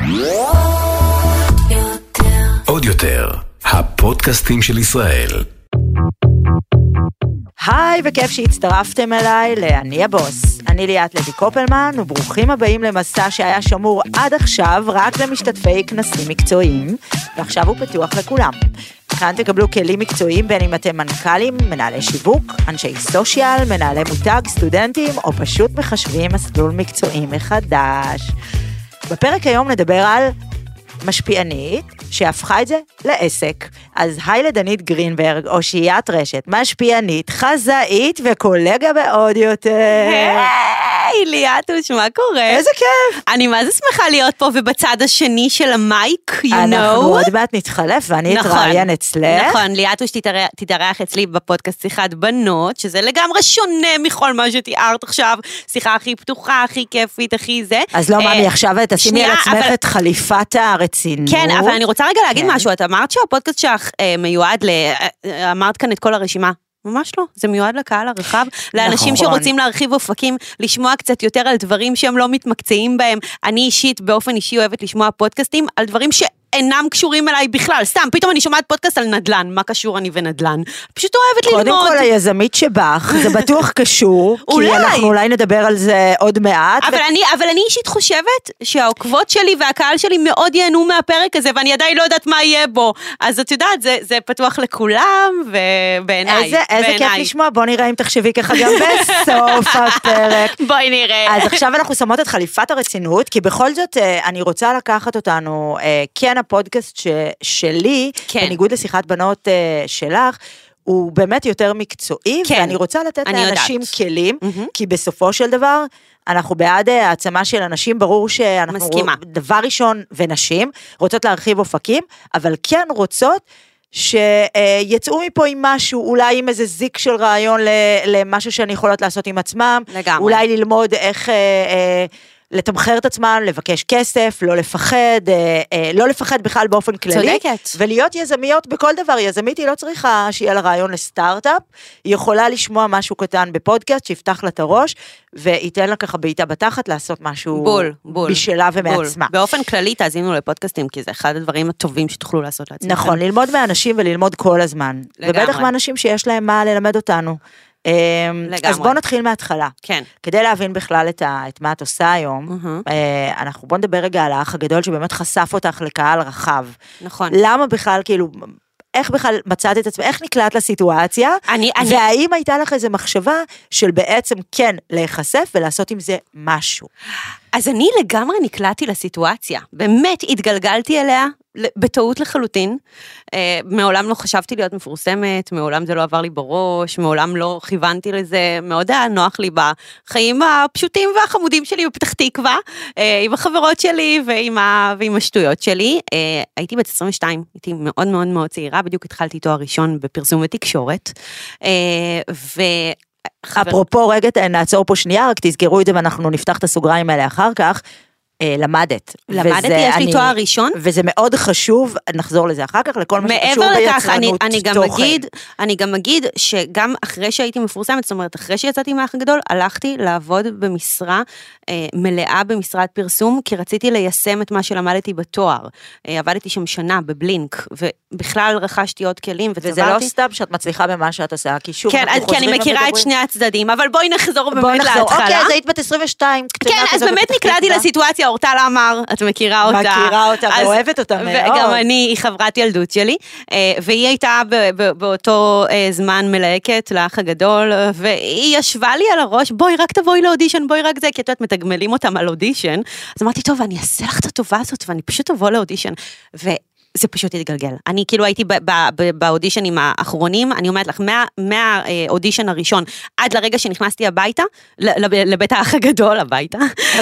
עוד יותר, הפודקאסטים של ישראל. היי, וכיף שהצטרפתם אליי לאני הבוס. אני ליאת לוי קופלמן, וברוכים הבאים למסע שהיה שמור עד עכשיו רק למשתתפי כנסים מקצועיים, ועכשיו הוא פתוח לכולם. כאן תקבלו כלים מקצועיים בין אם אתם מנכ"לים, מנהלי שיווק, אנשי סושיאל, מנהלי מותג, סטודנטים, או פשוט מחשבים מסלול מקצועי מחדש. בפרק היום נדבר על משפיענית שהפכה את זה לעסק. אז היי לדנית גרינברג, אושיית רשת, משפיענית, חזאית וקולגה בעוד יותר. היי, ליאטוש, מה קורה? איזה כיף. אני מה זה שמחה להיות פה ובצד השני של המייק, אנחנו עוד מעט נתחלף ואני אתראיין אצלך. נכון, ליאטוש תתארח אצלי בפודקאסט שיחת בנות, שזה לגמרי שונה מכל מה שתיארת עכשיו, שיחה הכי פתוחה, הכי כיפית, הכי זה. אז לא מאמי, עכשיו תשימי על עצמך את חליפת הרצינות. כן, אבל אני רוצה רגע להגיד משהו, את אמרת שהפודקאסט שלך מיועד, אמרת כאן את כל הרשימה, ממש לא, זה מיועד לקהל הרחב, לאנשים שרוצים להרחיב אופקים, לשמוע קצת יותר על דברים שהם לא מתמקצעים בהם. אני אישית, באופן אישי, אוהבת לשמוע פודקאסטים על דברים שאינם קשורים אליי בכלל, סתם, פתאום אני שומעת פודקאסט על נדל"ן, מה קשור אני ונדל"ן? פשוט אוהבת ללמוד. קודם כל היזמית שבך, זה בטוח קשור, כי אנחנו אולי נדבר על זה עוד מעט. אבל אני אישית חושבת שהעוקבות שלי והקהל שלי מאוד ייהנו מהפרק הזה, ואני עדיין לא יודעת מה יהיה בו. אז את יודעת, זה פתוח לכולם, ובעיניי. איזה כיף לשמוע, בוא נראה אם תחשבי ככה גם בסוף הפרק. בואי נראה. אז עכשיו אנחנו שמות את חליפת הרצינות, כי בכל זאת אני רוצה לקחת אותנו, כן הפודקאסט שלי, בניגוד לשיחת בנות שלך, הוא באמת יותר מקצועי, ואני רוצה לתת לאנשים כלים, כי בסופו של דבר, אנחנו בעד העצמה של אנשים, ברור שאנחנו דבר ראשון ונשים, רוצות להרחיב אופקים, אבל כן רוצות שיצאו מפה עם משהו, אולי עם איזה זיק של רעיון למשהו שאני יכולות לעשות עם עצמם, לגמרי. אולי ללמוד איך לתמחר את עצמם, לבקש כסף, לא לפחד בכלל באופן כללי, צודקת. ולהיות יזמיות בכל דבר. יזמית היא לא צריכה שיהיה לה רעיון לסטארט-אפ, היא יכולה לשמוע משהו קטן בפודקאסט, שיפתח לה את הראש, וייתן לה ככה בעיטה בתחת, לעשות משהו בשלה ומעצמה. באופן כללי תאזינו לפודקאסט, כי זה אחד הדברים הטובים שתוכלו לעשות לעצמם. נכון, ללמוד מאנשים וללמוד כל הזמן. ובטח מאנשים שיש להם מה ללמד אותנו. אז בואו נתחיל מההתחלה. כן. כדי להבין בכלל את מה את עושה היום, אנחנו בואו נדבר רגע על האח הגדול, שבאמת חשף אותך לקהל רחב. נכון. למה בכלל, כאילו, איך בכלל מצאת את עצמך, איך נקלעת לסיטואציה, והאם הייתה לך איזו מחשבה של בעצם כן להיחשף ולעשות עם זה משהו? אז אני לגמרי נקלעתי לסיטואציה, באמת התגלגלתי אליה, בטעות לחלוטין, מעולם לא חשבתי להיות מפורסמת, מעולם זה לא עבר לי בראש, מעולם לא כיוונתי לזה, מאוד היה נוח לי בחיים הפשוטים והחמודים שלי בפתח תקווה, עם החברות שלי ועם השטויות שלי. הייתי בת 22, הייתי מאוד מאוד מאוד צעירה, בדיוק התחלתי תואר ראשון בפרסום ותקשורת, אפרופו רגע, נעצור פה שנייה, רק תזכרו את זה ואנחנו נפתח את הסוגריים האלה אחר כך. למדתי, יש לי תואר ראשון. וזה מאוד חשוב, נחזור לזה אחר כך, לכל מה שקשור ביצרנות תוכן. אני גם אגיד שגם אחרי שהייתי מפורסמת, זאת אומרת, אחרי שיצאתי מהאח הגדול, הלכתי לעבוד במשרה מלאה במשרד פרסום, כי רציתי ליישם את מה שלמדתי בתואר. עבדתי שם שנה בבלינק, ובכלל רכשתי עוד כלים, וזה לא סתם שאת מצליחה במה שאת עושה, כי שוב, כי אני מכירה את שני הצדדים, אבל בואי נחזור באמת להתחלה. אוקיי, אז היית בת 22, כן, אז באמת נקלעתי לסיטואציה, אורטל אמר, את מכירה אותה. מכירה אותה, ואוהבת אותה מאוד. וגם אני, היא חברת ילדות שלי, והיא הייתה באותו זמן מלהקת לאח הגדול, והיא ישבה לי על הראש, בואי רק תבואי לאודישן, בואי רק זה, כי את יודעת, מתגמלים אותם על אודישן, אז אמרתי, טוב, אני אעשה לך את הטובה הזאת, ואני פשוט אבוא לאודישן, זה פשוט התגלגל. אני כאילו הייתי באודישנים האחרונים, אני אומרת לך, מהאודישן הראשון, עד לרגע שנכנסתי הביתה, לבית האח הגדול, הביתה,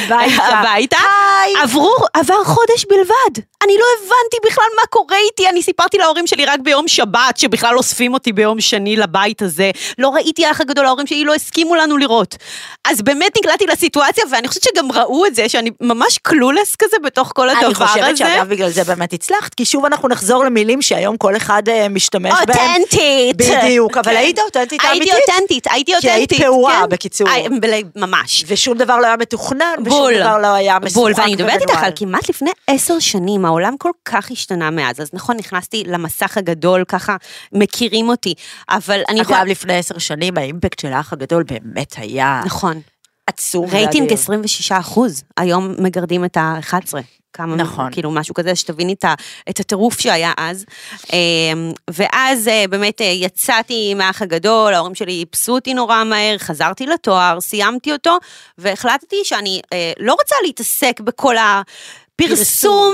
עבר חודש בלבד. אני לא הבנתי בכלל מה קורה איתי, אני סיפרתי להורים שלי רק ביום שבת, שבכלל אוספים אותי ביום שני לבית הזה, לא ראיתי האח הגדול, ההורים שלי לא הסכימו לנו לראות. אז באמת נקלעתי לסיטואציה, ואני חושבת שגם ראו את זה, שאני ממש קלולס כזה בתוך כל הדבר הזה. אני חושבת שאגב בגלל זה באמת הצלחת, כי שוב, שוב אנחנו נחזור למילים שהיום כל אחד משתמש בהם. אותנטית. בדיוק, אבל היית אותנטית אמיתית. הייתי אותנטית. כי היית פעורה, בקיצור. ממש. ושום דבר לא היה מתוכנן, ושום דבר לא היה משוחק. בול, ואני מדברת איתך על כמעט לפני 10 שנים, העולם כל כך השתנה מאז, אז נכון, נכנסתי למסך הגדול, ככה מכירים אותי, אבל אני יכולה... אגב, לפני 10 שנים, האימפקט של האח הגדול באמת היה... נכון. עצום. רייטינג 26%, היום מגרדים את ה-11. כמה, נכון. כאילו משהו כזה, שתביני את הטירוף שהיה אז. ואז באמת יצאתי מהאח הגדול, ההורים שלי איפסו אותי נורא מהר, חזרתי לתואר, סיימתי אותו, והחלטתי שאני לא רוצה להתעסק בכל פרסום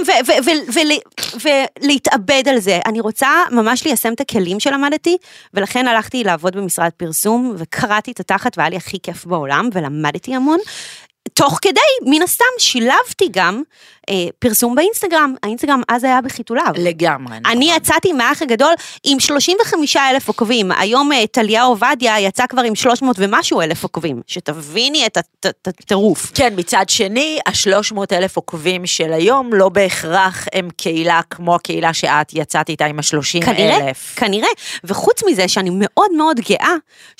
ולהתאבד על זה. אני רוצה ממש ליישם את הכלים שלמדתי, ולכן הלכתי לעבוד במשרד פרסום, וקראתי את התחת, והיה לי הכי כיף בעולם, ולמדתי המון. תוך כדי, מן הסתם, שילבתי גם פרסום באינסטגרם. האינסטגרם אז היה בחיתוליו. לגמרי. אני יצאתי מהאח הגדול עם 35,000 עוקבים. היום טליה עובדיה יצא כבר עם 300 ומשהו אלף עוקבים. שתביני את הטירוף. כן, מצד שני, 300,000 עוקבים של היום לא בהכרח הם קהילה כמו הקהילה שאת יצאת איתה עם 30,000. כנראה. וחוץ מזה שאני מאוד מאוד גאה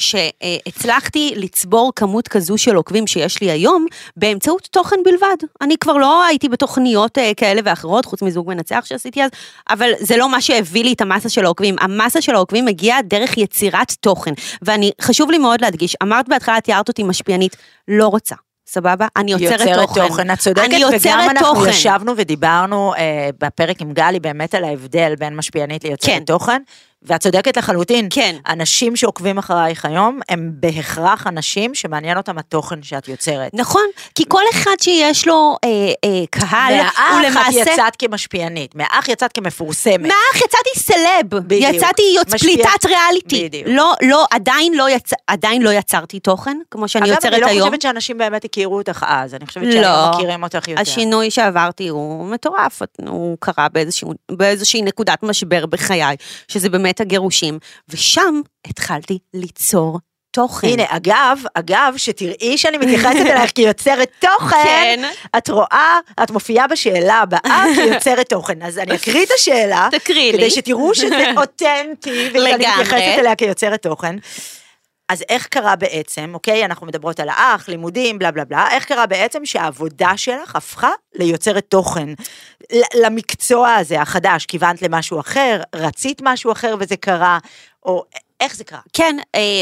שהצלחתי לצבור כמות כזו של עוקבים שיש לי היום, באמצעות תוכן בלבד. אני כבר לא הייתי בתוכניות כאלה ואחרות, חוץ מזוג מנצח שעשיתי אז, אבל זה לא מה שהביא לי את המסה של העוקבים. המסה של העוקבים מגיעה דרך יצירת תוכן. ואני, חשוב לי מאוד להדגיש, אמרת בהתחלה, תיארת אותי משפיענית, לא רוצה. סבבה? אני יוצרת תוכן. את צודקת, וגם אנחנו ישבנו ודיברנו בפרק עם גלי באמת על ההבדל בין משפיענית ליוצרת תוכן, ואת צודקת לחלוטין. כן. אנשים שעוקבים אחרייך היום, הם בהכרח אנשים שמעניין אותם התוכן שאת יוצרת. נכון, כי כל אחד שיש לו קהל, הוא למעשה... מהאח את יצאת כמשפיענית, מהאח יצאת כמפורסמת. מהאח יצאתי סלב, בדיוק. יצאתי פליטת ריאליטי. בדיוק. לא, עדיין לא יצרתי תוכן, כמו שאני יוצרת היום. אגב, אני לא חושבת שאנשים באמת הכירו אותך אז, אני חושבת שהם מכירים אותך יותר. השינוי שעברתי הוא מטורף, הוא קרה באיזושהי נקודת משבר בחיי, שזה באמת הגירושים, ושם התחלתי ליצור תוכן. הנה, אגב, שתראי שאני מתייחסת אלייך כיוצרת תוכן, את רואה, את מופיעה בשאלה הבאה כיוצרת תוכן, אז אני אקריא את השאלה, כדי שתראו שזה אותנטי, ואני מתייחסת אליה כיוצרת תוכן. אז איך קרה בעצם, אוקיי, אנחנו מדברות על האח, לימודים, בלה בלה בלה, איך קרה בעצם שהעבודה שלך הפכה ליוצרת תוכן, למקצוע הזה החדש, כיוונת למשהו אחר, רצית משהו אחר וזה קרה, או איך זה קרה? כן,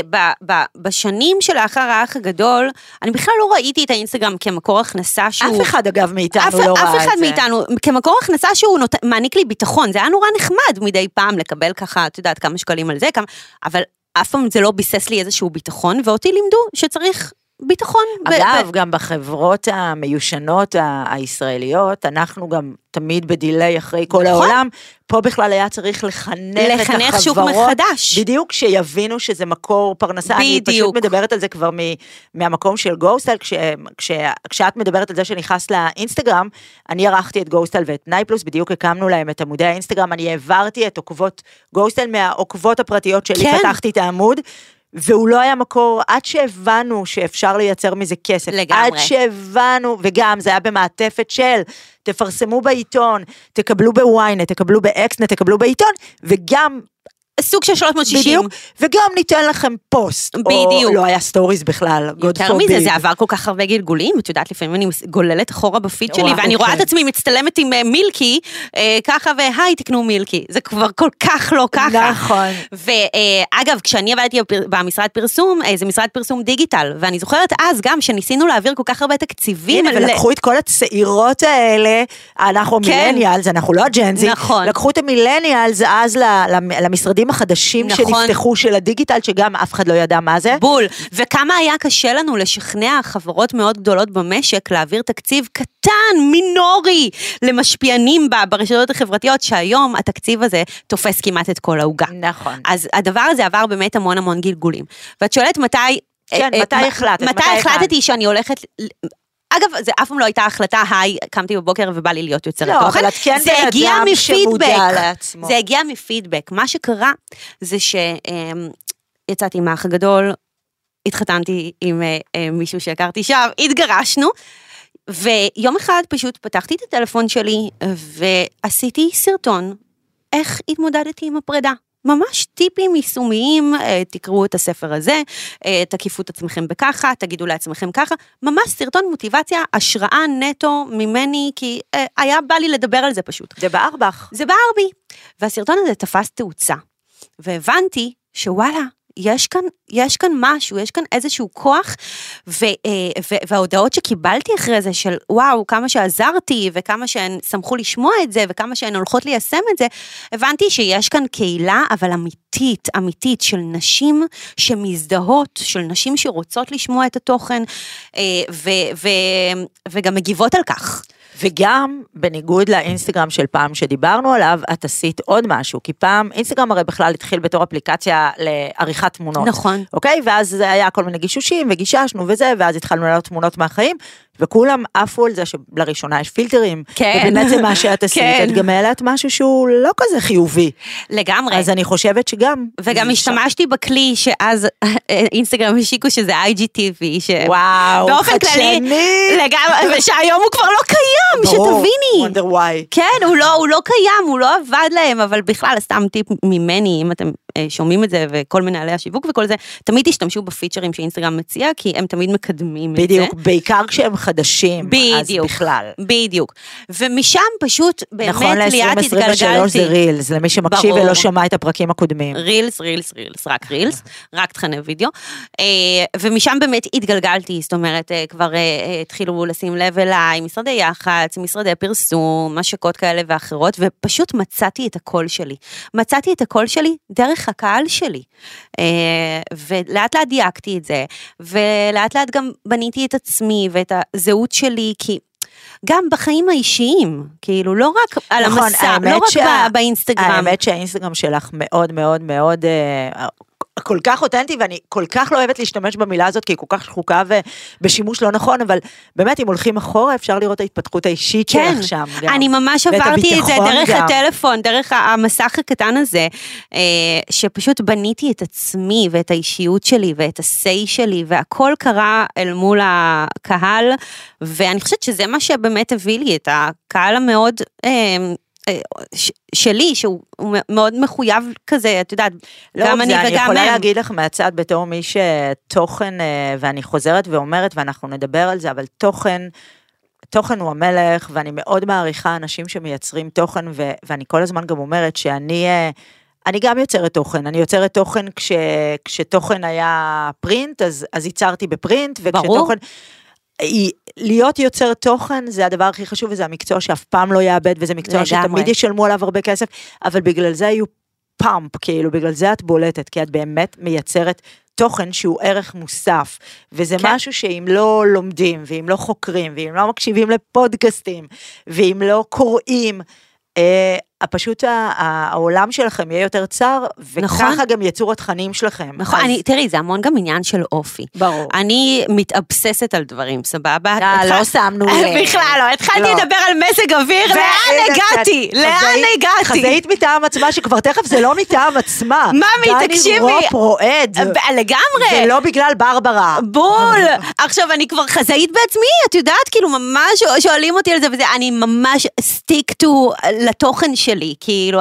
בשנים שלאחר האח הגדול, אני בכלל לא ראיתי את האינסטגרם כמקור הכנסה שהוא... אף אחד אגב מאיתנו לא ראה את זה. אף אחד מאיתנו, כמקור הכנסה שהוא מעניק לי ביטחון, זה היה נורא נחמד מדי פעם לקבל ככה, את יודעת, כמה שקלים על זה, אבל אף פעם זה לא ביסס לי איזשהו ביטחון, ואותי לימדו שצריך ביטחון. אגב, גם בחברות המיושנות הישראליות, אנחנו גם תמיד בדילי אחרי כל העולם, פה בכלל היה צריך לחנך שוק מחדש. בדיוק, שיבינו שזה מקור פרנסה. אני פשוט מדברת על זה כבר מהמקום של גוסטל, כשאת מדברת על זה שנכנס לאינסטגרם, אני ערכתי את גוסטל ואת נייפלוס, בדיוק הקמנו להם את עמודי האינסטגרם, אני העברתי את עוקבות גוסטל מהעוקבות הפרטיות שלי, פתחתי את העמוד, והוא לא היה מקור, עד שהבנו שאפשר לייצר מזה כסף. לגמרי. עד שהבנו, וגם זה היה במעטפת של, תפרסמו בעיתון, תקבלו בוויינט, תקבלו באקסנט, תקבלו בעיתון, וגם... סוג של 360. בדיוק, וגם ניתן לכם פוסט. בדיוק. או לא היה סטוריז בכלל. יותר מזה, זה עבר כל כך הרבה גלגולים, את יודעת, לפעמים אני גוללת אחורה בפיד שלי, ואני רואה את עצמי מצטלמת עם מילקי, ככה, והי, תקנו מילקי. זה כבר כל כך לא ככה. נכון. ואגב, כשאני עבדתי במשרד פרסום, זה משרד פרסום דיגיטל, ואני זוכרת אז גם שניסינו להעביר כל כך הרבה תקציבים. הנה, ולקחו את כל הצעירות האלה, אנחנו מילניאלס, אנחנו לא הג'נזי, לקחו את המילניאלס אז למשרדים החדשים שנפתחו של הדיגיטל, שגם אף אחד לא ידע מה זה. בול, וכמה היה קשה לנו לשכנע חברות מאוד גדולות במשק, להעביר תקציב קטן, מינורי, למשפיענים ברשתות החברתיות, שהיום התקציב הזה תופס כמעט את כל העוגה. נכון. אז הדבר הזה עבר באמת המון גלגולים. ואת שואלת מתי... כן, מתי החלטת? מתי החלטתי שאני הולכת... אגב, זה אף פעם לא הייתה החלטה, קמתי בבוקר ובא לי להיות יוצרת תוכן. לא, אבל את כן בן אדם שמודע לעצמו. זה הגיע מפידבק. מה שקרה זה שיצאתי מהאח הגדול, התחתנתי עם מישהו שהכרתי שם, התגרשנו, ויום אחד פשוט פתחתי את הטלפון שלי, ועשיתי סרטון איך התמודדתי עם הפרידה. ממש טיפים יישומיים, תקראו את הספר הזה, תקיפו את עצמכם בככה, תגידו לעצמכם ככה, ממש סרטון מוטיבציה, השראה נטו ממני, כי היה בא לי לדבר על זה פשוט. זה בער בך. זה בער בי. והסרטון הזה תפס תאוצה, והבנתי שוואלה, יש כאן משהו, יש כאן איזשהו כוח, וההודעות שקיבלתי אחרי זה של וואו, כמה שעזרתי, וכמה שהן שמחו לשמוע את זה, וכמה שהן הולכות ליישם את זה, הבנתי שיש כאן קהילה, אבל אמיתית של נשים שמזדהות, של נשים שרוצות לשמוע את התוכן, וגם מגיבות על כך. וגם, בניגוד לאינסטגרם של פעם שדיברנו עליו, את עשית עוד משהו, כי פעם, אינסטגרם הרי בכלל התחיל בתור אפליקציה לעריכת תמונות. נכון. אוקיי? ואז זה היה כל מיני גישושים, וגיששנו וזה, ואז התחלנו לעלות תמונות מהחיים, וכולם עפו על זה שלראשונה יש פילטרים. כן. ובאמת זה מה שאת עשית, כן. את גם העלת משהו שהוא לא כזה חיובי. לגמרי. אז אני חושבת שגם... וגם השתמשתי בכלי שאז אינסטגרם השיקו שזה IGTV, וואו, חדשני. לגמרי, ושהיום הוא כבר לא קיים, שתביני. wonder why. כן, הוא לא קיים, הוא לא עבד להם, אבל בכלל, סתם טיפ ממני, אם אתם שומעים את זה, וכל מנהלי השיווק וכל זה, תמיד תשתמשו בפיצ'רים שאינסטגרם מציע, כי הם תמיד מקדמים את זה. בדיוק, בעיקר כשהם חדשים, אז בכלל. בדיוק. ומשם פשוט, באמת נכון, ליאת התגלגלתי. זה רילס, למי שמקשיב ולא שמע את הפרקים הקודמים. רילס, רק רילס, רק תכני וידאו. ומשם באמת התגלגלתי, זאת אומרת, כבר התחילו לשים לב אליי, משרדי יח"צ, משרדי פרסום, משקות כאלה ואחרות, ופשוט מצאתי את הקול שלי. מצאתי את הקול שלי דרך הקהל שלי. ולאט לאט דייקתי את זה, ולאט לאט גם בניתי את עצמי ואת הזהות שלי, כי גם בחיים האישיים, כאילו לא רק על המסע, לא רק באינסטגרם. האמת שהאינסטגרם שלך מאוד מאוד מאוד כל כך אותנטי, ואני כל כך לא אוהבת להשתמש במילה הזאת, כי היא כל כך שחוקה ובשימוש לא נכון, אבל באמת, אם הולכים אחורה, אפשר לראות ההתפתחות האישית שלך שם. אני ממש עברתי את זה דרך הטלפון, דרך המסך הקטן הזה, שפשוט בניתי את עצמי, ואת האישיות שלי, ואת הסי שלי, והכל קרה אל מול הקהל, ואני חושבת שזה מה שבאמת הביא לי, את הקהל המאוד שלי, שהוא מאוד מחויב כזה, את יודעת, גם אני וגם הם. אני יכולה להגיד לך מהצד בתור מי שתוכן, ואני חוזרת ואומרת, ואנחנו נדבר על זה, אבל תוכן הוא המלך, ואני מאוד מעריכה אנשים שמייצרים תוכן, ואני כל הזמן גם אומרת שאני גם יוצרת תוכן, אני יוצרת תוכן כשתוכן היה פרינט, אז ייצרתי בפרינט, וכשתוכן... להיות יוצר תוכן זה הדבר הכי חשוב, וזה המקצוע שאף פעם לא יאבד, וזה מקצוע שתמיד ישלמו עליו הרבה כסף, אבל בגלל זה היו פאמפ, כאילו בגלל זה את בולטת, כי את באמת מייצרת תוכן שהוא ערך מוסף, וזה משהו שאם לא לומדים, ואם לא חוקרים, ואם לא מקשיבים לפודקאסטים, ואם לא קוראים, פשוט העולם שלכם יהיה יותר צר, וככה גם יצור התכנים שלכם. נכון, תראי, זה המון גם עניין של אופי. ברור. אני מתאבססת על דברים, סבבה? לא שמנו בכלל לא, התחלתי לדבר על מזג אוויר, לאן הגעתי? חזאית מטעם עצמה, שכבר תכף זה לא מטעם עצמה. ממי, תקשיבי. דני רופ רועד. לגמרי. ולא בגלל ברברה. בול. עכשיו, אני כבר חזאית בעצמי, את יודעת, כאילו ממש שואלים אותי על זה, וזה, אני ממש stick to לתוכן שלי, כאילו,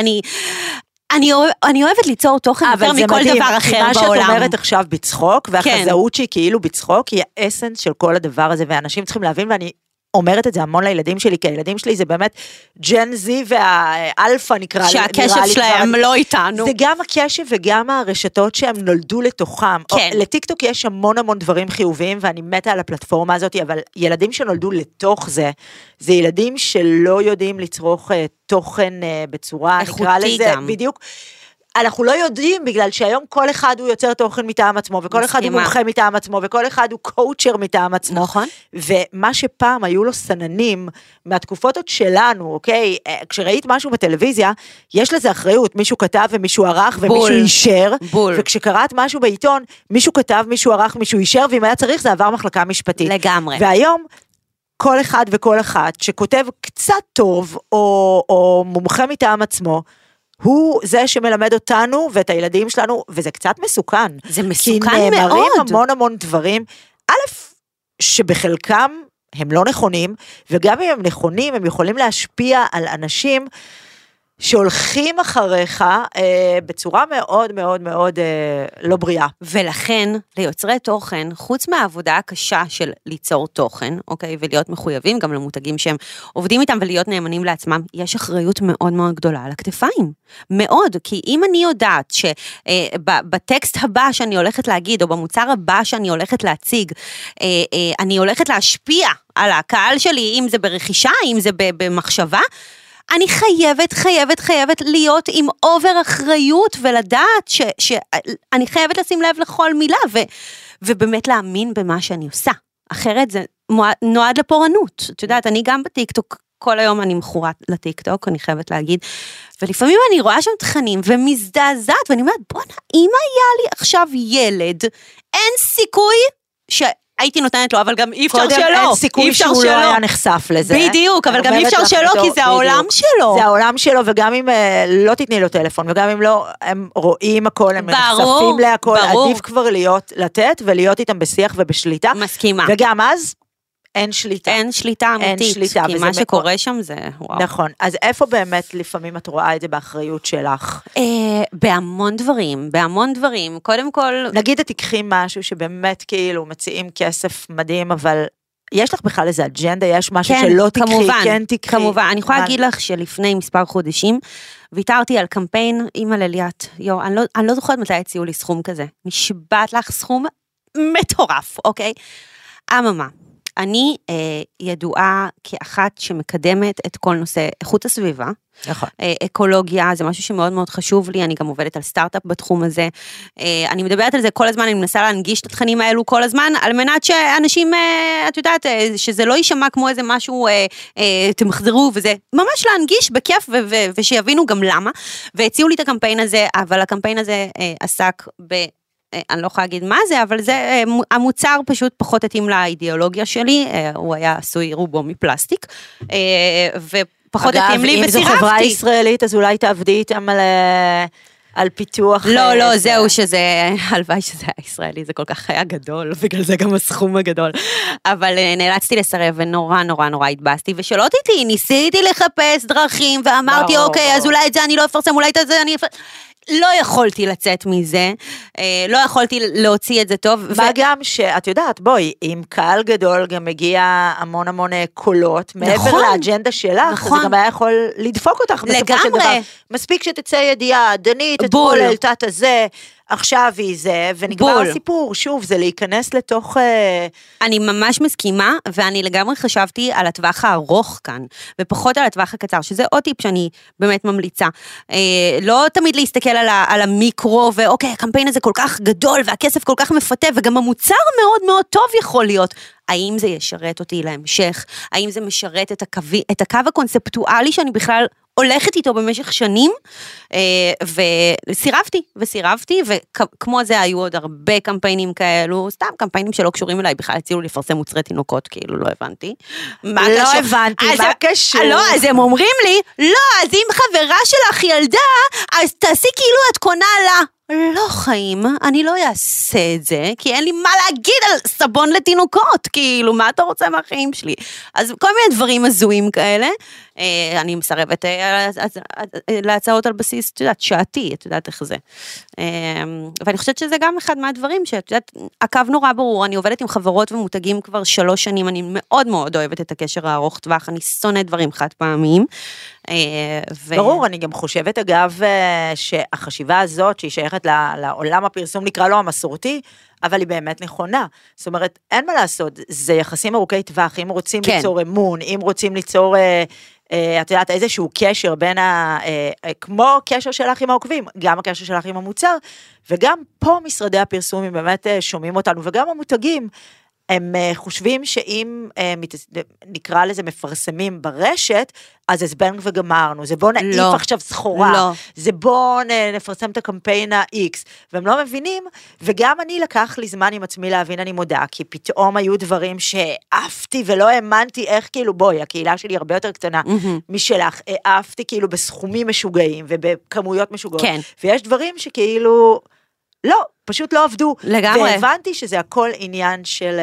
אני אוהבת ליצור תוכן יותר מכל דבר אחר בעולם. מה שאת אומרת עכשיו בצחוק, והחזאות שהיא כאילו בצחוק, היא האסנס של כל הדבר הזה, ואנשים צריכים להבין, ואני אומרת את זה המון לילדים שלי, כי הילדים שלי זה באמת ג'ן זי והאלפא נקרא לי. שהקשב שלהם לא איתנו. זה גם הקשב וגם הרשתות שהם נולדו לתוכם. כן. לטיקטוק יש המון דברים חיוביים, ואני מתה על הפלטפורמה הזאת, אבל ילדים שנולדו לתוך זה, זה ילדים שלא יודעים לצרוך תוכן בצורה, נקרא לזה, בדיוק. אנחנו לא יודעים, בגלל שהיום כל אחד הוא יוצר תוכן מטעם עצמו, וכל אחד הוא מומחה מטעם עצמו, וכל אחד הוא קואוצ'ר מטעם עצמו. נכון. ומה שפעם היו לו סננים, מהתקופות עוד שלנו, אוקיי? כשראית משהו בטלוויזיה, יש לזה אחריות, מישהו כתב ומישהו ערך, ומישהו אישר, וכשקראת משהו בעיתון, מישהו כתב, מישהו ערך, מישהו אישר, ואם היה צריך, זה עבר מחלקה משפטית. לגמרי. והיום, כל אחד וכל אחת, שכותב קצת טוב, או מומחה מטעם עצמו, הוא זה שמלמד אותנו ואת הילדים שלנו, וזה קצת מסוכן. זה מסוכן מאוד. כי נאמרים המון דברים, א', שבחלקם הם לא נכונים, וגם אם הם נכונים, הם יכולים להשפיע על אנשים שהולכים אחריך בצורה מאוד מאוד מאוד לא בריאה. ולכן, ליוצרי תוכן, חוץ מהעבודה הקשה של ליצור תוכן, אוקיי, ולהיות מחויבים גם למותגים שהם עובדים איתם ולהיות נאמנים לעצמם, יש אחריות מאוד מאוד גדולה על הכתפיים. מאוד, כי אם אני יודעת שבטקסט הבא שאני הולכת להגיד, או במוצר הבא שאני הולכת להציג, אני הולכת להשפיע על הקהל שלי, אם זה ברכישה, אם זה במחשבה, אני חייבת להיות עם אובר אחריות, ולדעת שאני חייבת לשים לב לכל מילה, ובאמת להאמין במה שאני עושה. אחרת זה נועד לפורענות. את יודעת, אני גם בטיקטוק, כל היום אני מכורת לטיקטוק, אני חייבת להגיד, ולפעמים אני רואה שם תכנים, ומזדעזעת, ואני אומרת, בוא'נה, אם היה לי עכשיו ילד, אין סיכוי הייתי נותנת לו, אבל גם אי אפשר שלא. קודם אין סיכוי שהוא לא היה נחשף לזה. בדיוק, אבל גם אי אפשר שלא, כי זה העולם שלו. זה העולם שלו, וגם אם לא תתני לו טלפון, וגם אם לא, הם רואים הכל, הם נחשפים להכל, עדיף כבר לתת, ולהיות איתם בשיח ובשליטה. מסכימה. וגם אז, אין שליטה. אין שליטה אמיתית, כי מה שקורה שם זה וואו. נכון, אז איפה באמת לפעמים את רואה את זה באחריות שלך? בהמון דברים, קודם כל... נגיד את תקחי משהו שבאמת כאילו מציעים כסף מדהים, אבל יש לך בכלל איזה אג'נדה, יש משהו שלא תקחי, כן תקחי. כמובן, אני יכולה להגיד לך שלפני מספר חודשים, ויתרתי על קמפיין עם הלליית, אני לא זוכרת מתי הציעו לי סכום כזה, נשבעת לך סכום מטורף, אוקיי? אממה. אני ידועה כאחת שמקדמת את כל נושא איכות הסביבה. נכון. אקולוגיה, זה משהו שמאוד מאוד חשוב לי, אני גם עובדת על סטארט-אפ בתחום הזה. אני מדברת על זה כל הזמן, אני מנסה להנגיש את התכנים האלו כל הזמן, על מנת שאנשים, את יודעת, שזה לא יישמע כמו איזה משהו, תמחזרו וזה, ממש להנגיש בכיף ושיבינו גם למה. והציעו לי את הקמפיין הזה, אבל הקמפיין הזה עסק אני לא יכולה להגיד מה זה, אבל זה, המוצר פשוט פחות התאים לאידיאולוגיה שלי, הוא היה עשוי רובו מפלסטיק, ופחות התאים לי, וצירפתי. אגב, אם זו חברה ישראלית, אז אולי תעבדי איתם על פיתוח. לא, זהו שזה, הלוואי שזה היה ישראלי, זה כל כך היה גדול, בגלל זה גם הסכום הגדול, אבל נאלצתי לסרב, ונורא נורא נורא התבאסתי, ושלא תיתי, ניסיתי לחפש דרכים, ואמרתי, אוקיי, אז אולי את זה אני לא אפרסם, אולי את זה אני אפרסם, לא יכולתי לצאת מזה, לא יכולתי להוציא את זה טוב. מה גם שאת יודעת, בואי, עם קהל גדול גם מגיע המון המון קולות, מעבר לאג'נדה שלך, זה גם היה יכול לדפוק אותך בסופו של דבר. מספיק שתצא ידיעה, דנית, את כל העלתת הזה, עכשיו היא זה, ונגמר הסיפור, שוב, זה להיכנס לתוך... אני ממש מסכימה, ואני לגמרי חשבתי על הטווח הארוך כאן, ופחות על הטווח הקצר, שזה עוד טיפ שאני באמת ממליצה. לא תמיד להסתכל על המיקרו, ואוקיי, הקמפיין הזה כל כך גדול, והכסף כל כך מפתה, וגם המוצר מאוד מאוד טוב יכול להיות. האם זה ישרת אותי להמשך? האם זה משרת את הקו הקונספטואלי שאני בכלל הולכת איתו במשך שנים, וסירבתי, וכמו זה היו עוד הרבה קמפיינים כאלו, סתם קמפיינים שלא קשורים אליי, בכלל הציעו לפרסם מוצרי תינוקות, כאילו לא הבנתי. לא הבנתי, מה קשור? לא, אז הם אומרים לי, לא, אז אם חברה שלך ילדה, אז תעשי כאילו את קונה לה. לא חיים, אני לא אעשה את זה, כי אין לי מה להגיד על סבון לתינוקות, כאילו, מה אתה רוצה מהחיים שלי? אז כל מיני דברים הזויים כאלה, אני מסרבת להצעות על בסיס, את יודעת, שעתי, את יודעת איך זה. ואני חושבת שזה גם אחד מהדברים, שאת יודעת, הקו נורא ברור, אני עובדת עם חברות ומותגים כבר 3 שנים, אני מאוד מאוד אוהבת את הקשר הארוך טווח, אני שונאת דברים חד פעמים. ברור, אני גם חושבת אגב, שהחשיבה הזאת, שהיא שייכת לעולם הפרסום, נקרא לו המסורתי, אבל היא באמת נכונה. זאת אומרת, אין מה לעשות, זה יחסים ארוכי טווח, אם רוצים ליצור אמון, אם רוצים ליצור, את יודעת, איזשהו קשר בין כמו קשר שלך עם העוקבים, גם הקשר שלך עם המוצר, וגם פה משרדי הפרסום, הם באמת שומעים אותנו, וגם המותגים, הם חושבים שאם נקרא לזה מפרסמים ברשת, אז זבנג וגמרנו, זה בוא נעיף עכשיו סחורה, זה בוא נפרסם את הקמפיין ה-X, והם לא מבינים, וגם אני לקח לי זמן עם עצמי להבין, אני מודה, כי פתאום היו דברים שאהבתי ולא האמנתי איך כאילו, בואי, הקהילה שלי הרבה יותר קטנה משלך, אהבתי כאילו בסכומים משוגעים, ובכמויות משוגעות, ויש דברים שכאילו... לא, פשוט לא עבדו. לגמרי. והבנתי שזה הכל עניין של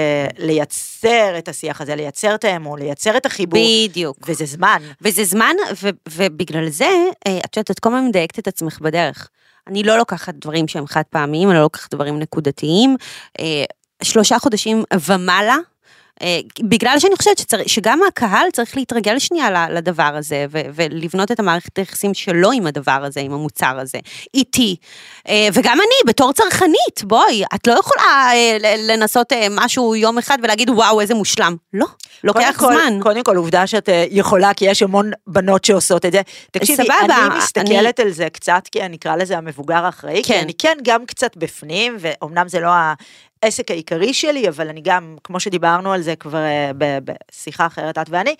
לייצר את השיח הזה, לייצר את האמון, לייצר את החיבור. בדיוק. וזה זמן. וזה זמן, ובגלל זה, את יודעת, את כל הזמן מדייקת את עצמך בדרך. אני לא לוקחת דברים שהם חד פעמיים, אני לא לוקחת דברים נקודתיים. 3 חודשים ומעלה, בגלל שאני חושבת שגם הקהל צריך להתרגל שנייה לדבר הזה, ולבנות את המערכת היחסים שלו עם הדבר הזה, עם המוצר הזה, איתי. וגם אני, בתור צרכנית, בואי, את לא יכולה לנסות משהו יום אחד ולהגיד, וואו, איזה מושלם. לא, לוקח זמן. קודם כל, עובדה שאת יכולה, כי יש המון בנות שעושות את זה. תקשיבי, אני מסתכלת על זה קצת, כי אני אקרא לזה המבוגר האחראי, כי אני כן גם קצת בפנים, ואומנם זה לא העסק העיקרי שלי, אבל אני גם, כמו שדיברנו על זה כבר בשיחה אחרת, את ואני,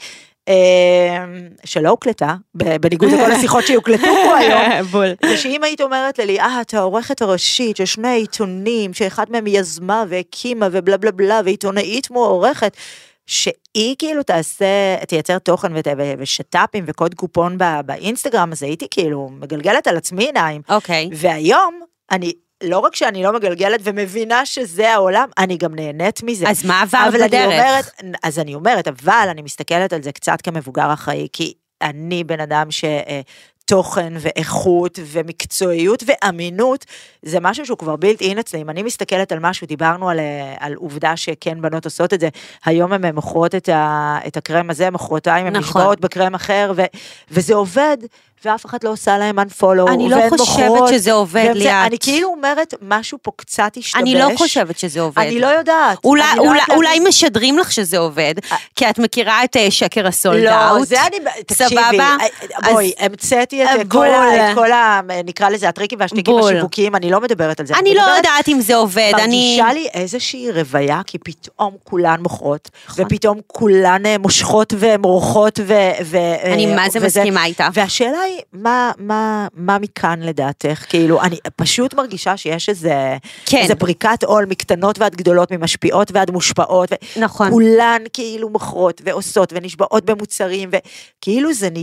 שלא הוקלטה, בניגוד לכל השיחות שיוקלטו פה היום, זה שאם היית אומרת לי, את העורכת הראשית, שיש 100 עיתונים, שאחד מהם יזמה והקימה ובלה בלה בלה, ועיתונאית מוערכת, שהיא כאילו תייצר תוכן ושטאפים וקוד קופון באינסטגרם, אז הייתי כאילו מגלגלת על עצמי עיניים. אוקיי. והיום, לא רק שאני לא מגלגלת ומבינה שזה העולם, אני גם נהנית מזה. אז מה עבר בדרך? אז אני אומרת, אבל אני מסתכלת על זה קצת כמבוגר אחראי, כי אני בן אדם תוכן ואיכות ומקצועיות ואמינות, זה משהו שהוא כבר בילט אין אצלי. אם אני מסתכלת על משהו, דיברנו על עובדה שכן בנות עושות את זה, היום הן מוכרות את הקרם הזה, מחרתיים הן נשבעות בקרם אחר, וזה עובד, ואף אחד לא עושה להם unfollow. אני לא חושבת שזה עובד, ליאת. אני כאילו אומרת, משהו פה קצת השתבש. אני לא חושבת שזה עובד. אני לא יודעת. אולי משדרים לך שזה עובד, כי את מכירה את שקר הסולד לא, אאוט. זה אני, תקשיבי, בואי, המצאתי את כל נקרא לזה הטריקים והשטיקים השיווקיים, אני לא מדברת על זה. אני לא יודעת אם זה עובד. מרגישה לי איזושהי רוויה, כי פתאום כולן מוכרות, ופתאום כולן מושכות ומורחות, אני מה זה מסכימה איתך. והשאלה היא, מה מכאן לדעתך? כאילו, אני פשוט מרגישה שיש איזה פריקת עול מקטנות ועד גדולות, ממשפיעות ועד מושפעות, וכולן כאילו מוכרות ועושות ונשבעות במוצרים, וכאילו זה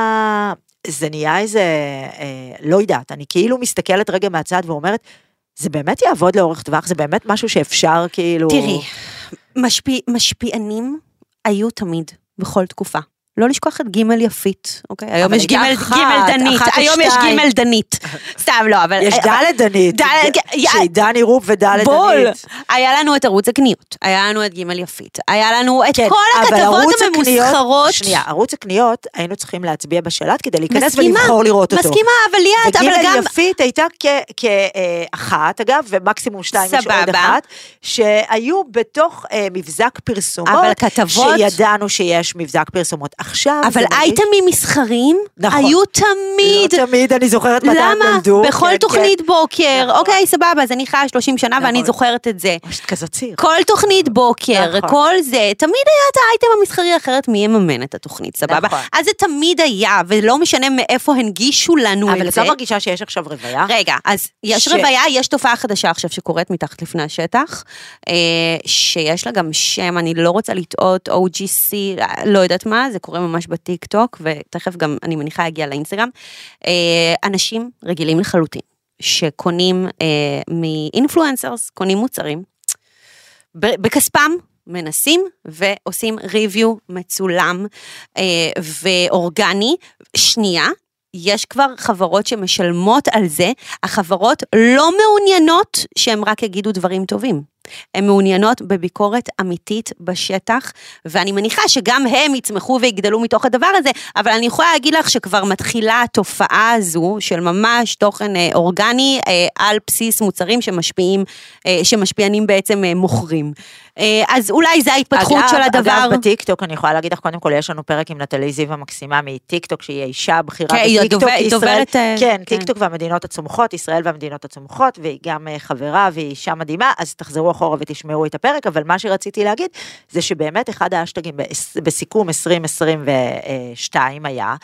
נהיה איזה, לא יודעת, אני כאילו מסתכלת רגע מהצד ואומרת, זה באמת יעבוד לאורך טווח, זה באמת משהו שאפשר כאילו... תראי, משפיענים היו תמיד, בכל תקופה. לא לשכוח את גימל יפית, אוקיי? היום יש גימל דנית, היום יש גימל דנית. סתם לא, אבל... יש דלת דנית, שהיא דני רוב ודלת דנית. היה לנו את ערוץ הקניות, היה לנו את גימל יפית, היה לנו את כל הכתבות הממוסחרות. שנייה, ערוץ הקניות, היינו צריכים להצביע בשלט כדי להיכנס ולבחור לראות אותו. מסכימה, אבל ליאת, אבל גם... וגימל יפית הייתה כאחת, אגב, ומקסימום 2 יש עוד אחת, שהיו בתוך מבזק פרסומות, שידענו שיש מבזק פרסומות. עכשיו, אבל אייטמים מסחרים היו תמיד. לא תמיד, אני זוכרת מתי נולדו. למה? בכל תוכנית בוקר. אוקיי, סבבה, אז אני חיה 30 שנה ואני זוכרת את זה. כזאת ציר. כל תוכנית בוקר, כל זה, תמיד היה את האייטם המסחרי אחרת, מי יממן את התוכנית, סבבה? אז זה תמיד היה, ולא משנה מאיפה הנגישו לנו את זה. אבל את לא מרגישה שיש עכשיו רוויה? רגע, אז יש רוויה, יש תופעה חדשה עכשיו שקורית מתחת לפני השטח, שיש לה גם שם, אני לא רוצה לטעות, OGC, לא יודעת מה, זה קורה ממש בטיק טוק, ותכף גם אני מניחה יגיע לאינסטגרם, אנשים רגילים לחלוטין, שקונים מאינפלואנסרס, קונים מוצרים, בכספם, מנסים ועושים ריוויו מצולם ואורגני. שנייה, יש כבר חברות שמשלמות על זה, החברות לא מעוניינות שהם רק יגידו דברים טובים. הן מעוניינות בביקורת אמיתית בשטח, ואני מניחה שגם הם יצמחו ויגדלו מתוך הדבר הזה, אבל אני יכולה להגיד לך שכבר מתחילה התופעה הזו, של ממש תוכן אורגני, על בסיס מוצרים שמשפיענים בעצם מוכרים. אז אולי זה ההתפתחות של הדבר. אגב, בטיקטוק, אני יכולה להגיד לך, קודם כל, יש לנו פרק עם נטלי זיו המקסימה מטיקטוק, שהיא אישה בכירה בטיקטוק. היא דוברת... כן, טיקטוק והמדינות הצומחות, ישראל והמדינות הצומחות, והיא גם חברה, והיא אישה מדהימה, אז תחזרו אחורה ותשמעו את הפרק, אבל מה שרציתי להגיד, זה שבאמת אחד האשטגים בסיכום 2022 היה,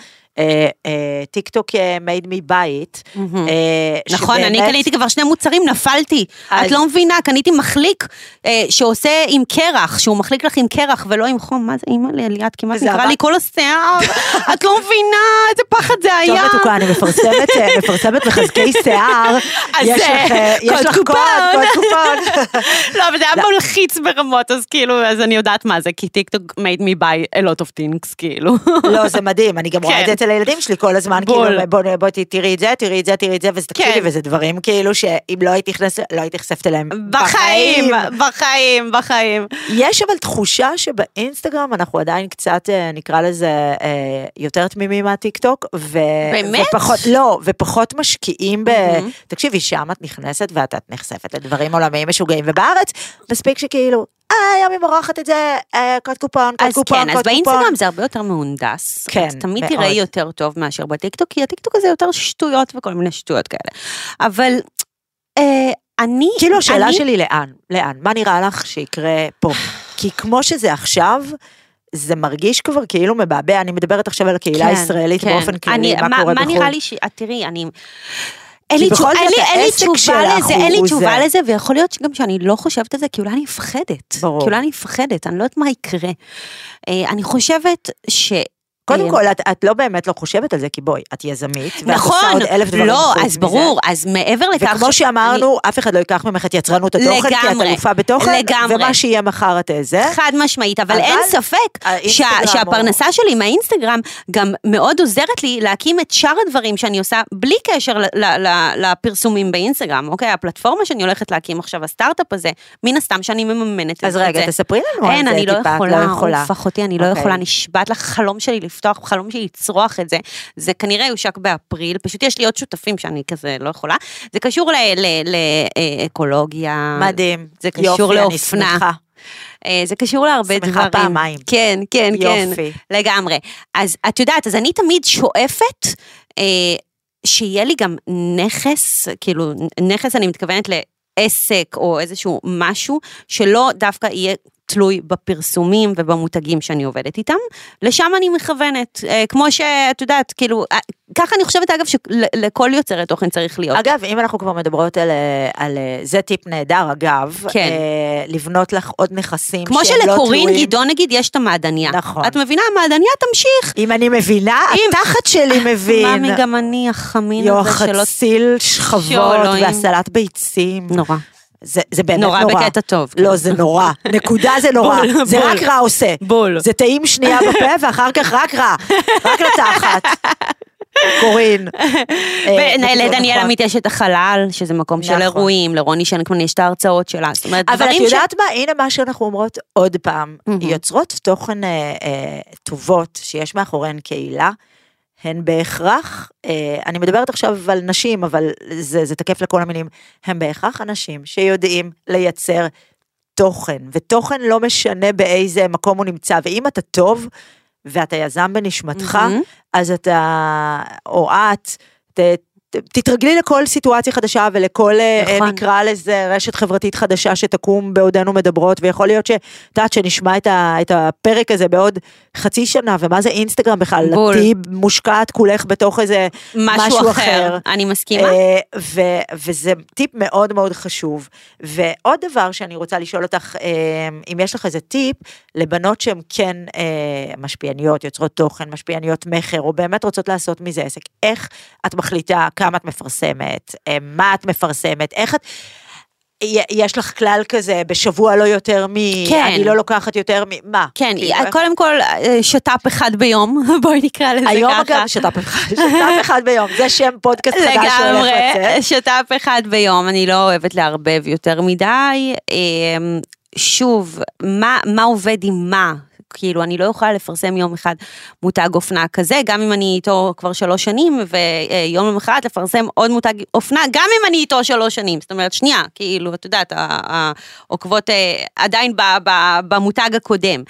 טיקטוק made me buy it. נכון, אני קניתי כבר 2 מוצרים, נפלתי. את לא מבינה, קניתי מחליק שעושה עם קרח, שהוא מחליק לך עם קרח ולא עם חום. מה זה, אמא לי, ליאת, כמעט נקרא לי כל השיער. את לא מבינה, איזה פחד זאת זה היה. טוב מתוקה, אני מפרסמת מחזקי שיער, יש לך קוד קופון. לא, אבל זה היה מלחיץ ברמות, אז כאילו, אז אני יודעת מה זה, כי טיקטוק made me buy a lot of things, כאילו. לא, זה מדהים, אני גם רואה את זה אצל הילדים שלי כל הזמן, כאילו, בואי תראי את זה, תראי את זה, תראי את זה, וזה תקשיבי, וזה דברים כאילו שאם לא הייתי חשפת אליהם בחיים. יש אבל תחושה שבאינסטגרם אנחנו עדיין קצת, נקרא לזה, יותר תמימים מהטיקטוק, ופחות משקיעים תקשיבי, שם את נכנסת ואת נחשפת לדברים עולמיים משוגעים, ובארץ מספיק שכאילו, היום היא מורחת את זה, קוד קופון, אז באינסטגרם זה הרבה יותר מהונדס, כן, תמיד תראה יותר טוב מאשר בטיקטוק, כי הטיקטוק הזה יותר שטויות וכל מיני שטויות כאלה, אבל כאילו השאלה שלי לאן? מה נראה לך שיקרה פה? כי כמו שזה עכשיו, זה מרגיש כבר כאילו מבעבע, אני מדברת עכשיו על הקהילה הישראלית באופן כללי, מה קורה בחול? מה נראה לי תראי, אין לי תשובה לזה, ויכול להיות שגם שאני לא חושבת על זה, כי אולי אני מפחדת, אני לא יודעת מה יקרה. אני חושבת קודם כל, את לא באמת לא חושבת על זה, כי בואי, את יזמית, נכון, לא, אז ברור, אז מעבר לכך... וכמו שאמרנו, אף אחד לא ייקח ממך את יצרנות התוכן, כי את אלופה בתוכן, ומה שיהיה מחר את זה. חד משמעית, אבל אין ספק שהפרנסה שלי מהאינסטגרם גם מאוד עוזרת לי להקים את שאר הדברים שאני עושה, בלי קשר לפרסומים באינסטגרם, אוקיי? הפלטפורמה שאני הולכת להקים עכשיו, הסטארט-אפ הזה, מן הסתם שאני מממנת את זה. אז רגע, תספרי לנו על זה, אני לא יכולה, אחותי, אני לא יכולה, נשבעת לך חלום שלי לפתוח, חלום שלי לצרוח את זה, זה כנראה יושק באפריל, פשוט יש לי עוד שותפים שאני כזה לא יכולה, זה קשור לאקולוגיה, מדהים, זה קשור לאופנה, זה קשור להרבה דברים. שמחה פעמיים. כן, לגמרי. אז את יודעת, אז אני תמיד שואפת, שיהיה לי גם נכס, כאילו נכס אני מתכוונת לעסק או איזשהו משהו, שלא דווקא יהיה תלוי בפרסומים ובמותגים שאני עובדת איתם, לשם אני מכוונת, כמו שאת יודעת, כאילו, ככה אני חושבת אגב שלכל יוצרת תוכן צריך להיות. אגב, אם אנחנו כבר מדברות על זה טיפ נהדר, אגב, לבנות לך עוד נכסים כמו שלקורין גדעון נגיד, יש את המעדניה. נכון. את מבינה, המעדניה תמשיך. אם אני מבינה, התחת שלי מבין. מאמי, גם אני, החמין הזה שלו. חציל שכבות והסלט ביצים. נורא. זה באמת נורא. נורא בקטע טוב. לא, זה נורא. נקודה זה נורא. זה רק רע עושה. בול. זה טעים שנייה בפה, ואחר כך רק רע. רק לתחת. קורין. לדניאל עמית יש את החלל, שזה מקום של אירועים, לרוני שנקמן יש את ההרצאות שלה. אבל את יודעת מה? הנה מה שאנחנו אומרות עוד פעם. יוצרות תוכן טובות, שיש מאחוריהן קהילה, הן בהכרח, אני מדברת עכשיו על נשים, אבל זה תקף לכל המינים, הם בהכרח אנשים שיודעים לייצר תוכן, ותוכן לא משנה באיזה מקום הוא נמצא, ואם אתה טוב, ואתה יזם בנשמתך, אז אתה, או את, תתרגלי לכל סיטואציה חדשה, ולכל נקרא לזה רשת חברתית חדשה שתקום בעודנו מדברות, ויכול להיות שתעת שנשמע את הפרק הזה בעוד חצי שנה, ומה זה אינסטגרם בכלל, תהי מושקעת כולך בתוך איזה משהו אחר. אני מסכימה. וזה טיפ מאוד מאוד חשוב. ועוד דבר שאני רוצה לשאול אותך, אם יש לך איזה טיפ, לבנות שהן כן משפיעניות, יוצרות תוכן, משפיעניות מחר, או באמת רוצות לעשות מזה עסק, איך את מחליטה כמה את מפרסמת, מה את מפרסמת, איך את, יש לך כלל כזה, בשבוע לא יותר אני לא לוקחת יותר מה? כן, קודם כל, שטאפ אחד ביום, בואי נקרא לזה ככה. היום אגב, שטאפ אחד ביום, זה שם פודקאסט חדש שהולך לצאת. שטאפ אחד ביום, אני לא אוהבת לערבב יותר מדי, שוב, מה עובד עם מה? כאילו, אני לא יכולה לפרסם יום אחד מותג אופנה כזה, גם אם אני איתו כבר 3 שנים, ויום למחרת לפרסם עוד מותג אופנה, גם אם אני איתו 3 שנים. זאת אומרת, שנייה, כאילו, את יודעת, העוקבות עדיין במותג הקודם.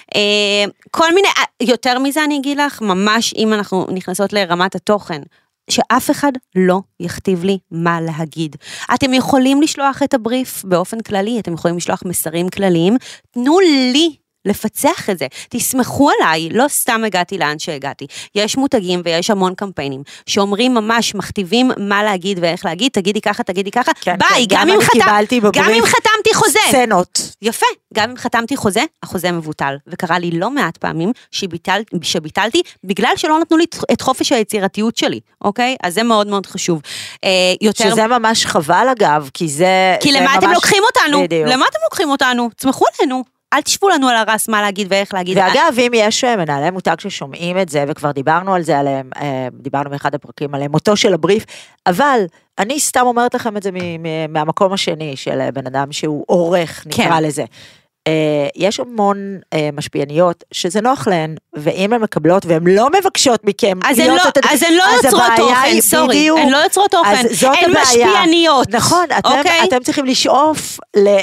כל מיני, יותר מזה אני אגיד לך, ממש אם אנחנו נכנסות לרמת התוכן, שאף אחד לא יכתיב לי מה להגיד. אתם יכולים לשלוח את הבריף באופן כללי, אתם יכולים לשלוח מסרים כלליים, תנו לי לפצח את זה, תסמכו עליי, לא סתם הגעתי לאן שהגעתי, יש מותגים ויש המון קמפיינים, שאומרים ממש, מכתיבים מה להגיד ואיך להגיד, תגידי ככה, כן, ביי, כן, גם אם חתמתי חוזה, סצנות. יפה, גם אם חתמתי חוזה, החוזה מבוטל, וקרה לי לא מעט פעמים שביטלתי, בגלל שלא נתנו לי את חופש היצירתיות שלי, אוקיי? אז זה מאוד מאוד חשוב. שזה ממש חבל אגב, כי למה אתם לוקחים אותנו? למה אתם לוקחים אותנו? תסמכו עלינו. אל תשפו לנו על הרס מה להגיד ואיך להגיד. ואגב, אם יש מנהלי מותג ששומעים את זה, וכבר דיברנו על זה עליהם, דיברנו באחד הפרקים עליהם, מותו של הבריף, אבל אני סתם אומרת לכם את זה מהמקום השני, של בן אדם שהוא עורך, נקרא לזה. יש המון משפיעניות שזה נוח להן, ואם הן מקבלות והן לא מבקשות מכם, אז הן לא יוצרות תוכן, סורי, הן לא יוצרות תוכן, הן משפיעניות. נכון, אתם צריכים לשאוף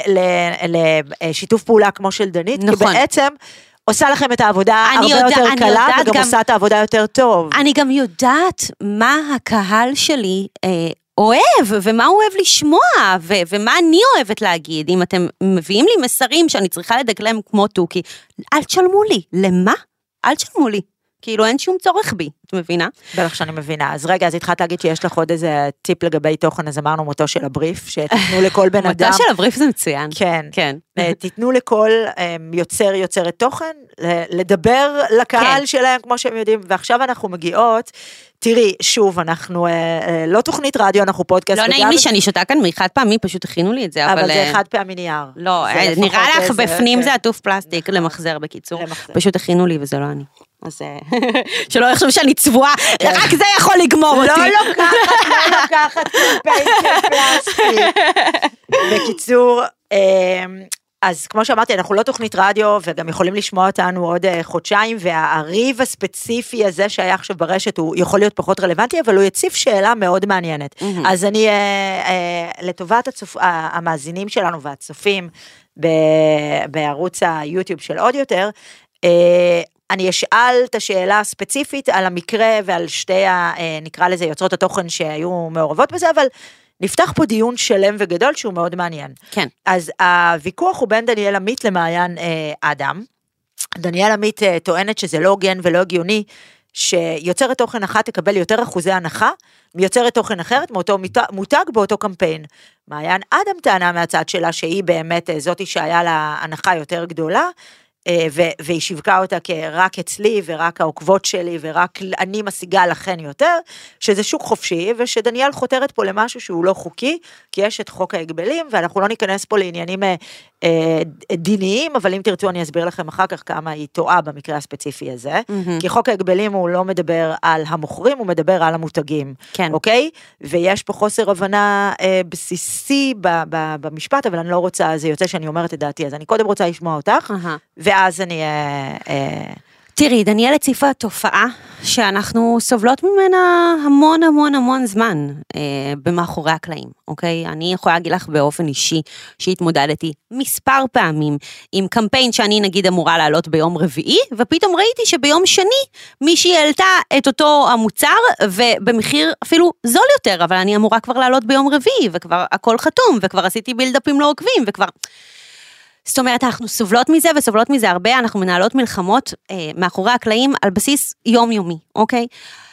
לשיתוף פעולה כמו של דנית, כי בעצם עושה לכם את העבודה הרבה יותר קלה, וגם עושה את העבודה יותר טוב. אני גם יודעת מה הקהל שלי אוהב, ומה הוא אוהב לשמוע, ומה אני אוהבת להגיד, אם אתם מביאים לי מסרים שאני צריכה לדקלם כמו טוקי, אל תשלמו לי, למה? אל תשלמו לי, כאילו אין שום צורך בי, את מבינה? בטח שאני מבינה, אז רגע, אז התחלת להגיד שיש לך עוד איזה טיפ לגבי תוכן, אז אמרנו מותו של הבריף, שתתנו לכל בן אדם. מותו של הבריף זה מצוין. כן. תתנו לכל יוצרת תוכן, לדבר לקהל שלהם, כמו שהם יודעים, ועכשיו אנחנו מגיעות, תראי, שוב, אנחנו לא תוכנית רדיו, אנחנו פודקאסט. לא נעים לי שאני שותה כאן מחד פעמי, פשוט הכינו לי את זה, אבל זה חד פעמי נייר. לא, נראה לך בפנים זה עטוף פלסטיק, למחזר בקיצור. פשוט הכינו לי וזה לא אני. אז שלא יחשוב שאני צבועה, רק זה יכול לגמור אותי. לא לקחת קמפיין של פלסטיק. בקיצור, אז כמו שאמרתי, אנחנו לא תוכנית רדיו, וגם יכולים לשמוע אותנו עוד חודשיים, והריב הספציפי הזה שהיה עכשיו ברשת, הוא יכול להיות פחות רלוונטי, אבל הוא יציף שאלה מאוד מעניינת. אז אני, לטובת המאזינים שלנו והצופים, בערוץ היוטיוב של עוד יותר, אני אשאל את השאלה הספציפית על המקרה, ועל שתי, נקרא לזה, יוצרות התוכן שהיו מעורבות בזה, אבל נפתח פה דיון שלם וגדול שהוא מאוד מעניין. כן. אז הוויכוח הוא בין דניאל עמית למעיין אדם. דניאל עמית טוענת שזה לא הוגן ולא הגיוני, שיוצרת תוכן אחת תקבל יותר אחוזי הנחה, מיוצרת תוכן אחרת מאותו מותג באותו קמפיין. מעיין אדם טענה מהצד שלה שהיא באמת זאתי שהיה לה הנחה יותר גדולה, והיא שיווקה אותה כרק אצלי, ורק העוקבות שלי, ורק אני משיגה לכן יותר, שזה שוק חופשי, ושדניאל חותרת פה למשהו שהוא לא חוקי, כי יש את חוק ההגבלים, ואנחנו לא ניכנס פה לעניינים דיניים, אבל אם תרצו אני אסביר לכם אחר כך כמה היא טועה במקרה הספציפי הזה, כי חוק ההגבלים הוא לא מדבר על המוכרים, הוא מדבר על המותגים, אוקיי? ויש פה חוסר הבנה בסיסי במשפט, אבל אני לא רוצה, זה יוצא שאני אומרת את דעתי, אז אני קודם רוצה לשמוע אותך, ואז אני... תראי, דניאל הציפה תופעה שאנחנו סובלות ממנה המון המון המון זמן במאחורי הקלעים, אוקיי? אני יכולה להגיד לך באופן אישי שהתמודדתי מספר פעמים עם קמפיין שאני נגיד אמורה לעלות ביום רביעי, ופתאום ראיתי שביום שני מישהי העלתה את אותו המוצר, ובמחיר אפילו זול יותר, אבל אני אמורה כבר לעלות ביום רביעי, וכבר הכל חתום, וכבר עשיתי בילדאפים לא עוקבים, וכבר... זאת אומרת, אנחנו סובלות מזה וסובלות מזה הרבה, אנחנו מנהלות מלחמות מאחורי הקלעים על בסיס יומיומי, אוקיי?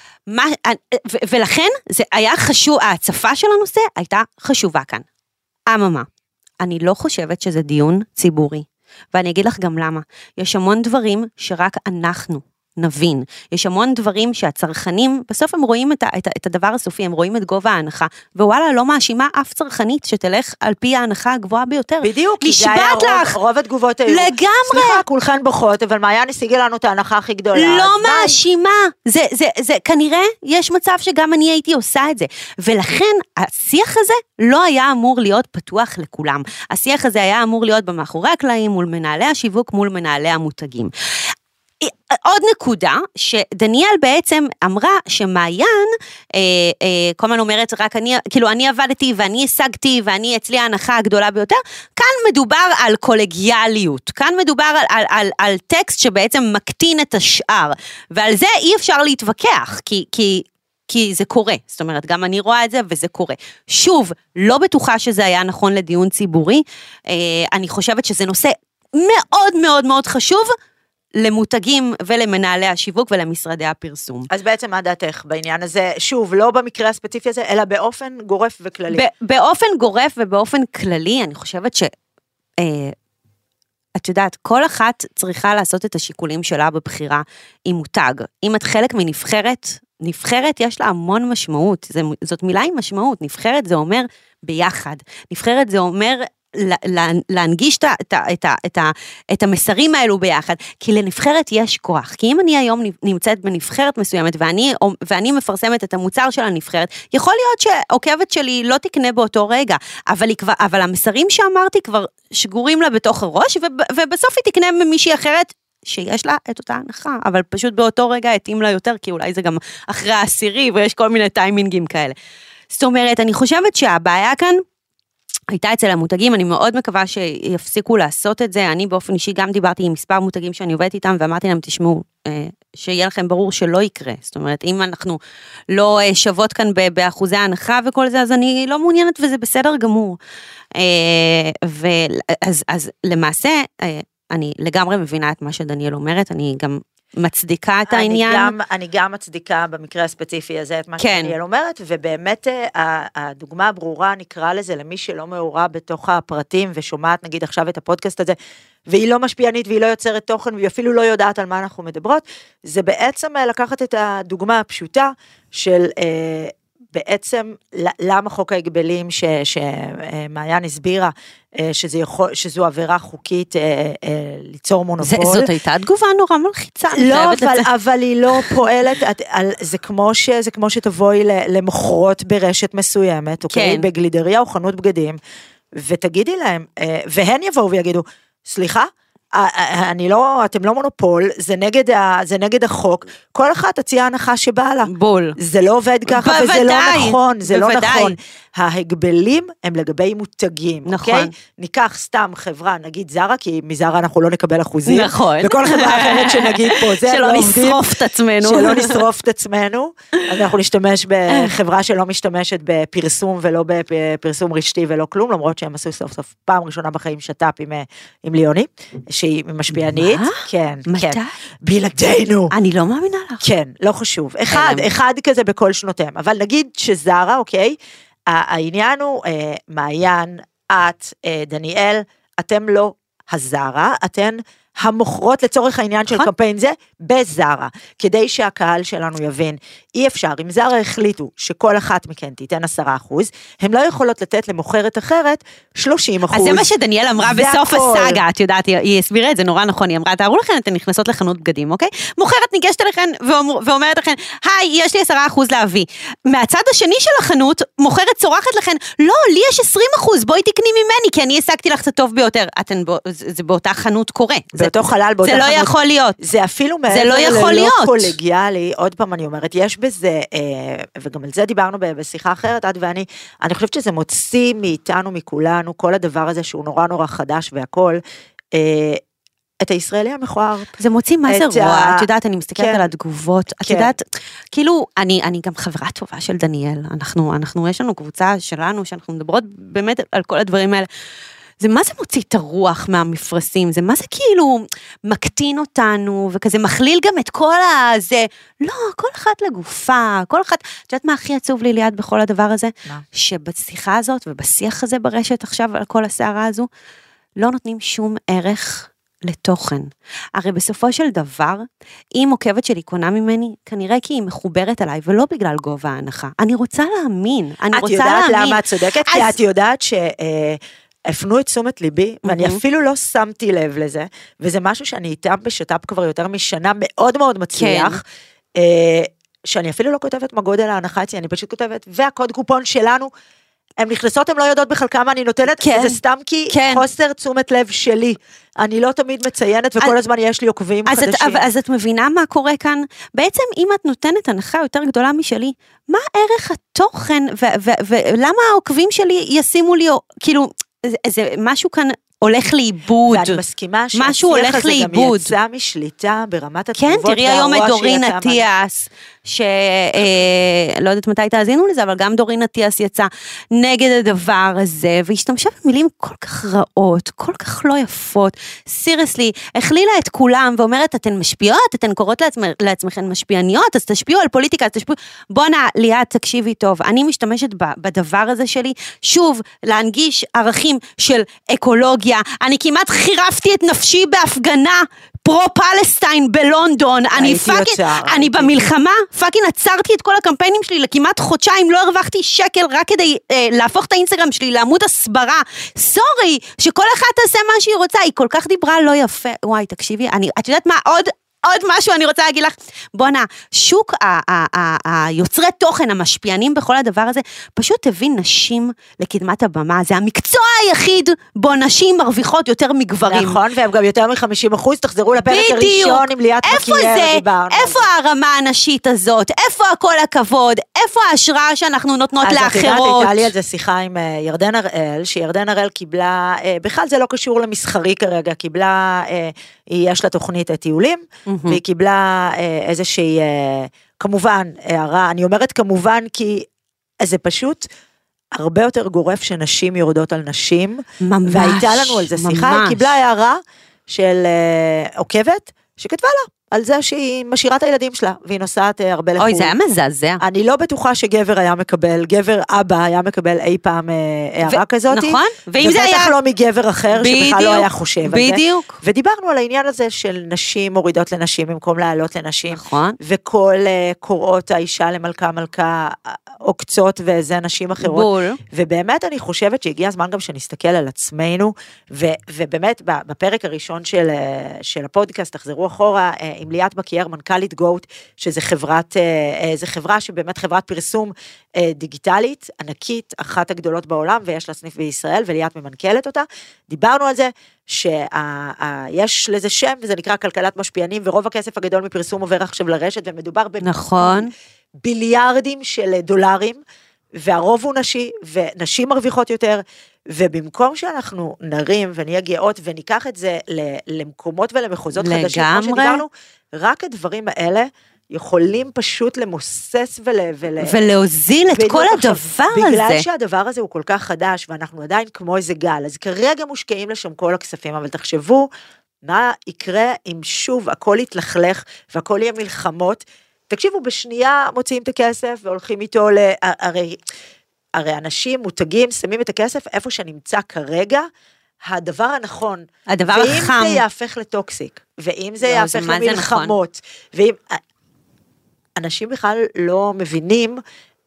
ולכן זה היה חשוב, ההצפה של הנושא הייתה חשובה כאן. אממה, אני לא חושבת שזה דיון ציבורי, ואני אגיד לך גם למה. יש המון דברים שרק אנחנו נבין. יש המון דברים שהצרכנים, בסוף הם רואים את הדבר הסופי, הם רואים את גובה ההנחה, ווואלה, לא מאשימה אף צרכנית שתלך על פי ההנחה הגבוהה ביותר. בדיוק, כי זה היה רוב התגובות היו. לגמרי. סליחה, כולכן בוכות, אבל מעיין השיגה לנו את ההנחה הכי גדולה. לא מאשימה. זה כנראה יש מצב שגם אני הייתי עושה את זה. ולכן השיח הזה לא היה אמור להיות פתוח לכולם. השיח הזה היה אמור להיות במאחורי הקלעים, מול מנהלי השיווק, מול מנהלי המותגים. עוד נקודה, שדניאל בעצם אמרה שמעיין, כל הזמן אומרת רק אני עבדתי ואני השגתי ואני אצלי ההנחה הגדולה ביותר, כאן מדובר על קולגיאליות, כאן מדובר על טקסט שבעצם מקטין את השאר, ועל זה אי אפשר להתווכח, כי זה קורה, זאת אומרת, גם אני רואה את זה וזה קורה. שוב, לא בטוחה שזה היה נכון לדיון ציבורי, אני חושבת שזה נושא מאוד מאוד מאוד חשוב, למותגים ולמנהלי השיווק ולמשרדי הפרסום. אז בעצם מה דעתך בעניין הזה, שוב, לא במקרה הספציפי הזה, אלא באופן גורף וכללי? באופן גורף ובאופן כללי, אני חושבת את יודעת, כל אחת צריכה לעשות את השיקולים שלה בבחירה עם מותג. אם את חלק מנבחרת, נבחרת יש לה המון משמעות, זאת מילה עם משמעות, נבחרת זה אומר ביחד, נבחרת זה אומר להנגיש את המסרים האלו ביחד, כי לנבחרת יש כוח, כי אם אני היום נמצאת בנבחרת מסוימת, ואני מפרסמת את המוצר של הנבחרת, יכול להיות שעוקבת שלי לא תקנה באותו רגע, אבל המסרים שאמרתי כבר שגורים לה בתוך הראש, ובסוף היא תקנה ממישהי אחרת, שיש לה את אותה הנחה, אבל פשוט באותו רגע התאים לה יותר, כי אולי זה גם אחרי העשירי, ויש כל מיני טיימינגים כאלה. זאת אומרת, אני חושבת שהבעיה כאן, הייתה אצל המותגים, אני מאוד מקווה שיפסיקו לעשות את זה, אני באופן אישי גם דיברתי עם מספר מותגים שאני עובדת איתם, ואמרתי להם, תשמעו, שיהיה לכם ברור שלא יקרה, זאת אומרת, אם אנחנו לא שוות כאן באחוזי ההנחה וכל זה, אז אני לא מעוניינת וזה בסדר גמור. אז למעשה, אני לגמרי מבינה את מה שדניאל אומרת, אני גם מצדיקה את העניין. אני גם מצדיקה במקרה הספציפי הזה את מה שדניאל אומרת, ובאמת הדוגמה הברורה נקרא לזה למי שלא מעורה בתוך הפרטים, ושומעת נגיד עכשיו את הפודקאסט הזה, והיא לא משפיענית והיא לא יוצרת תוכן, והיא אפילו לא יודעת על מה אנחנו מדברות, זה בעצם לקחת את הדוגמה הפשוטה של בעצם למה חוק ההגבלים שמעיין הסבירה, שזו עבירה חוקית ליצור מונופול. זאת הייתה תגובה נורא מלחיצה. לא, אבל היא לא פועלת, זה כמו שתבואי למוכרות ברשת מסוימת, אוקיי? בגלידריה או חנות בגדים, ותגידי להם, והן יבואו ויגידו, סליחה? אתם לא מונופול, זה נגד החוק, כל אחת תציע הנחה שבאה לה. בול. זה לא עובד ככה, וזה לא נכון, זה לא נכון. ההגבלים הם לגבי מותגים, אוקיי? ניקח סתם חברה, נגיד זרה, כי מזרה אנחנו לא נקבל אחוזים. נכון. וכל חברה אחרת שנגיד פה, זה לא עובדים. שלא נשרוף את עצמנו. שלא נשרוף את עצמנו, אז אנחנו נשתמש בחברה שלא משתמשת בפרסום, ולא בפרסום רשתי ולא כלום, למרות שהם עשו סוף סוף פעם ראשונה בחיים שטאפ עם ליוני, שהיא משפיענית. כן, כן. בלעדינו. אני לא מאמינה לך. כן, לא חשוב. אחד כזה בכל שנותיהם. אבל נגיד שזרה, אוקיי, העניין הוא, מעיין, את, דניאל, אתם לא הזרה, אתן המוכרות לצורך העניין של קמפיין זה, בזרה, כדי שהקהל שלנו יבין, אי אפשר, אם זרה החליטו שכל אחת מכן תיתן 10%, הם לא יכולות לתת למוכרת אחרת 30%. אז זה מה שדניאל אמרה בסוף הסאגה, את יודעת, היא הסבירה את זה נורא נכון, היא אמרה, תארו לכן, אתן נכנסות לחנות בגדים, אוקיי? מוכרת ניגשת לכן ואומרת לכן, היי, יש לי 10% להביא. מהצד השני של החנות, מוכרת צורחת לכן, לא, לי יש 20%, בואי תקני ממני, כי אני השגתי לך את הטוב ביותר. זה באותה חנות קורה. באותו חלל, באותה חנות. זה לא יכול להיות. זה אפילו מעבר ללא קולגיאלי, עוד פעם אני אומרת, יש בזה, וגם על זה דיברנו בשיחה אחרת, את ואני, אני חושבת שזה מוציא מאיתנו, מכולנו, כל הדבר הזה שהוא נורא נורא חדש והכל, את הישראלי המכוער. זה מוציא מה זה רוע, את יודעת, אני מסתכלת על התגובות, את יודעת, כאילו, אני גם חברה טובה של דניאל, יש לנו קבוצה שלנו, שאנחנו מדברות באמת על כל הדברים האלה, זה מה זה מוציא את הרוח מהמפרסים, זה מה זה כאילו מקטין אותנו, וכזה מכליל גם את כל הזה, לא, כל אחת לגופה, כל אחת, את יודעת מה הכי עצוב לי ליד בכל הדבר הזה? שבשיחה הזאת, ובשיח הזה ברשת עכשיו, על כל הסערה הזו, לא נותנים שום ערך לתוכן. הרי בסופו של דבר, אם עוקבת שלי קונה ממני, כנראה כי היא מחוברת עליי, ולא בגלל גובה ההנחה. אני רוצה להאמין, את יודעת למה את צודקת? כי את יודעת הפנו את תשומת ליבי, ואני אפילו לא שמתי לב לזה, וזה משהו שאני איתם בשטאפ כבר יותר משנה, מאוד מאוד מצליח, שאני אפילו לא כותבת מה גודל ההנחה אצלי, אני פשוט כותבת, והקוד קופון שלנו, הן נכנסות, הן לא יודעות בכלל כמה אני נותנת, זה סתם כי חוסר תשומת לב שלי, אני לא תמיד מציינת, וכל הזמן יש לי עוקבים חדשים. אז את מבינה מה קורה כאן? בעצם אם את נותנת הנחה יותר גדולה משלי, מה ערך התוכן, ולמה העוקבים שלי ישימו לי, כאילו, זה משהו כאן הולך לאיבוד. ואני מסכימה שהשיח הזה גם יצא משליטה ברמת התגובות. כן, תראי היום את דורין אטיאס, לא יודעת מתי תאזינו לזה, אבל גם דורין אטיאס יצא נגד הדבר הזה, והשתמשה במילים כל כך רעות, כל כך לא יפות, סיריוסלי, הכלילה את כולם, ואומרת, אתן משפיעות, אתן קוראות לעצמכן משפיעניות, אז תשפיעו על פוליטיקה, אז תשפיעו, בונה, ליאת, תקשיבי טוב, אני משתמשת בדבר הזה שלי, שוב, להנגיש ערכים של אקולוגיה, אני כמעט חירפתי את נפשי בהפגנה, פרו-פלסטיין בלונדון, אני במלחמה, פאקינג עצרתי את כל הקמפיינים שלי לכמעט חודשיים, לא הרווחתי שקל רק כדי להפוך את האינסטגרם שלי לעמוד הסברה, סורי, שכל אחד תעשה מה שהיא רוצה, היא כל כך דיברה לא יפה, וואי תקשיבי, את יודעת מה, עוד משהו אני רוצה להגיד לך, בונה, שוק היוצרי תוכן המשפיענים בכל הדבר הזה, פשוט תביא נשים לקדמת הבמה, זה המקצוע היחיד בו נשים מרוויחות יותר מגברים. נכון, והם גם יותר מ-50%, תחזרו לפרק הראשון עם ליאת מקיאר. איפה הרמה הנשית הזאת? איפה הכל הכבוד? איפה ההשראה שאנחנו נותנות לאחרות? אז את יודעת, הייתה לי על זה שיחה עם ירדן הראל, שירדן הראל קיבלה, בכלל זה לא קשור למסחרי כרגע, קיבלה, יש לה תוכנית טיולים, והיא קיבלה איזושהי, כמובן, הערה, אני אומרת כמובן כי זה פשוט הרבה יותר גורף שנשים יורדות על נשים, ממש, והייתה לנו על זה שיחה, היא קיבלה הערה של עוקבת, שכתבה לה, על זה שהיא משאירה את הילדים שלה, והיא נוסעת הרבה לחול. אוי, זה היה מזעזע. אני לא בטוחה שגבר היה מקבל, גבר אבא היה מקבל אי פעם הערה כזאת. נכון. ואם זה היה... ובטח לא מגבר אחר, שבכלל לא היה חושב על זה. בדיוק. ודיברנו על העניין הזה של נשים מורידות לנשים, במקום לעלות לנשים. נכון. וכל קוראות האישה למלכה עוקצות וזה נשים אחרות. בול. ובאמת אני חושבת שהגיע הזמן גם שנסתכל על עצמנו, ובאמת בפרק הראשון של הפודקאסט, תחזרו אחורה, עם ליאת מקיאר, מנכ"לית גוט, שזה חברה שבאמת חברת פרסום דיגיטלית, ענקית, אחת הגדולות בעולם, ויש לה סניף בישראל, וליאת ממנכ"לת אותה. דיברנו על זה, שיש לזה שם, וזה נקרא כלכלת משפיענים, ורוב הכסף הגדול מפרסום עובר עכשיו לרשת, ומדובר נכון. ביליארדים של דולרים, והרוב הוא נשי, ונשים מרוויחות יותר, ובמקום שאנחנו נרים ונהיה גאות, וניקח את זה למקומות ולמחוזות חדשים, כמו שדיברנו, רק הדברים האלה יכולים פשוט למוסס ולהוזיל את כל הדבר הזה. בגלל שהדבר הזה הוא כל כך חדש, ואנחנו עדיין כמו איזה גל, אז כרגע מושקעים לשם כל הכספים, אבל תחשבו מה יקרה אם שוב הכל יתלכלך, והכל יהיה מלחמות, תקשיבו, בשנייה מוציאים את הכסף, והולכים איתו הרי אנשים מותגים, שמים את הכסף איפה שנמצא כרגע, הדבר הנכון. הדבר החם. ואם זה יהפך לטוקסיק, ואם זה יהפך למלחמות, ואם... אנשים בכלל לא מבינים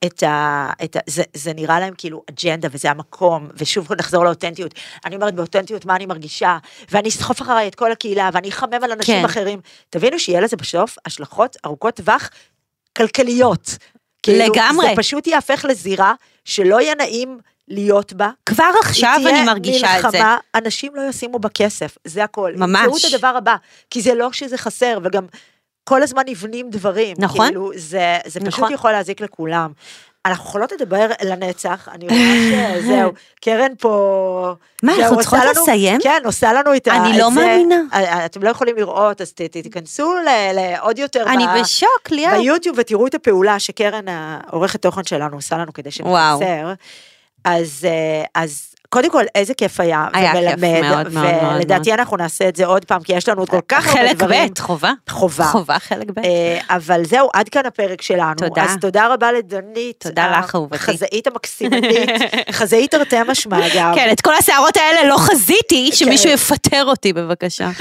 זה נראה להם כאילו אג'נדה, וזה המקום, ושוב נחזור לאותנטיות. אני אומרת, באותנטיות מה אני מרגישה, ואני אסחוף אחריי את כל הקהילה, ואני אחמם על אנשים אחרים. תבינו שיהיה לזה בסוף השלכות ארוכות טווח כלכליות. לגמרי. זה פשוט יהפך לזירה שלא יהיה נעים להיות בה. כבר עכשיו אני מרגישה את זה. אנשים לא ישימו בכסף, זה הכל. ממש. ימצאו את הדבר הבא, כי זה לא שזה חסר, וגם כל הזמן נבנים דברים. נכון. כאילו, זה פשוט יכול להזיק לכולם. אנחנו יכולות לדבר לנצח, אני רואה שזהו, קרן פה... מה, אנחנו צריכות לסיים? כן, עושה לנו את אני לא מאמינה. אתם לא יכולים לראות, אז תיכנסו לעוד יותר אני בשוק, ליאת. ביוטיוב, ותראו את הפעולה שקרן, העורכת תוכן שלנו, עושה לנו כדי שנקצר. אז קודם כל, איזה כיף היה. היה כיף מאוד מאוד. ולדעתי אנחנו נעשה את זה עוד פעם, כי יש לנו עוד כל כך הרבה דברים. חלק ב', חובה. חובה, חלק ב'. אבל זהו, עד כאן הפרק שלנו. תודה. אז תודה רבה לדנית. תודה לך, אהובתי. חזאית המקסימנית, חזאית תרתי משמע גם. כן, את כל השערות האלה לא חזיתי, שמישהו יפטר אותי בבקשה.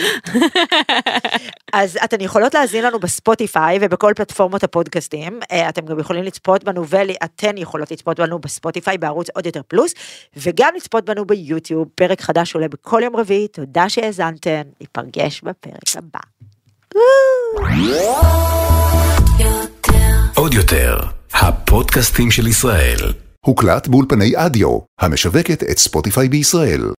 אז אתן יכולות להזין לנו בספוטיפיי, ובכל פלטפורמות הפודקאסטים, אתם גם יכולים לצפות בנו, אתן יכולות לצפות בנו בספוטיפיי, בערוץ עוד יותר פלוס, וגם לצפות בנו ביוטיוב, פרק חדש עולה בכל יום רביעי, תודה שהאזנתן, ניפגש בפרק הבא. עוד יותר, הפודקאסטים של ישראל. הוקלט באולפני אדיו, המשווקת את ספוטיפיי בישראל.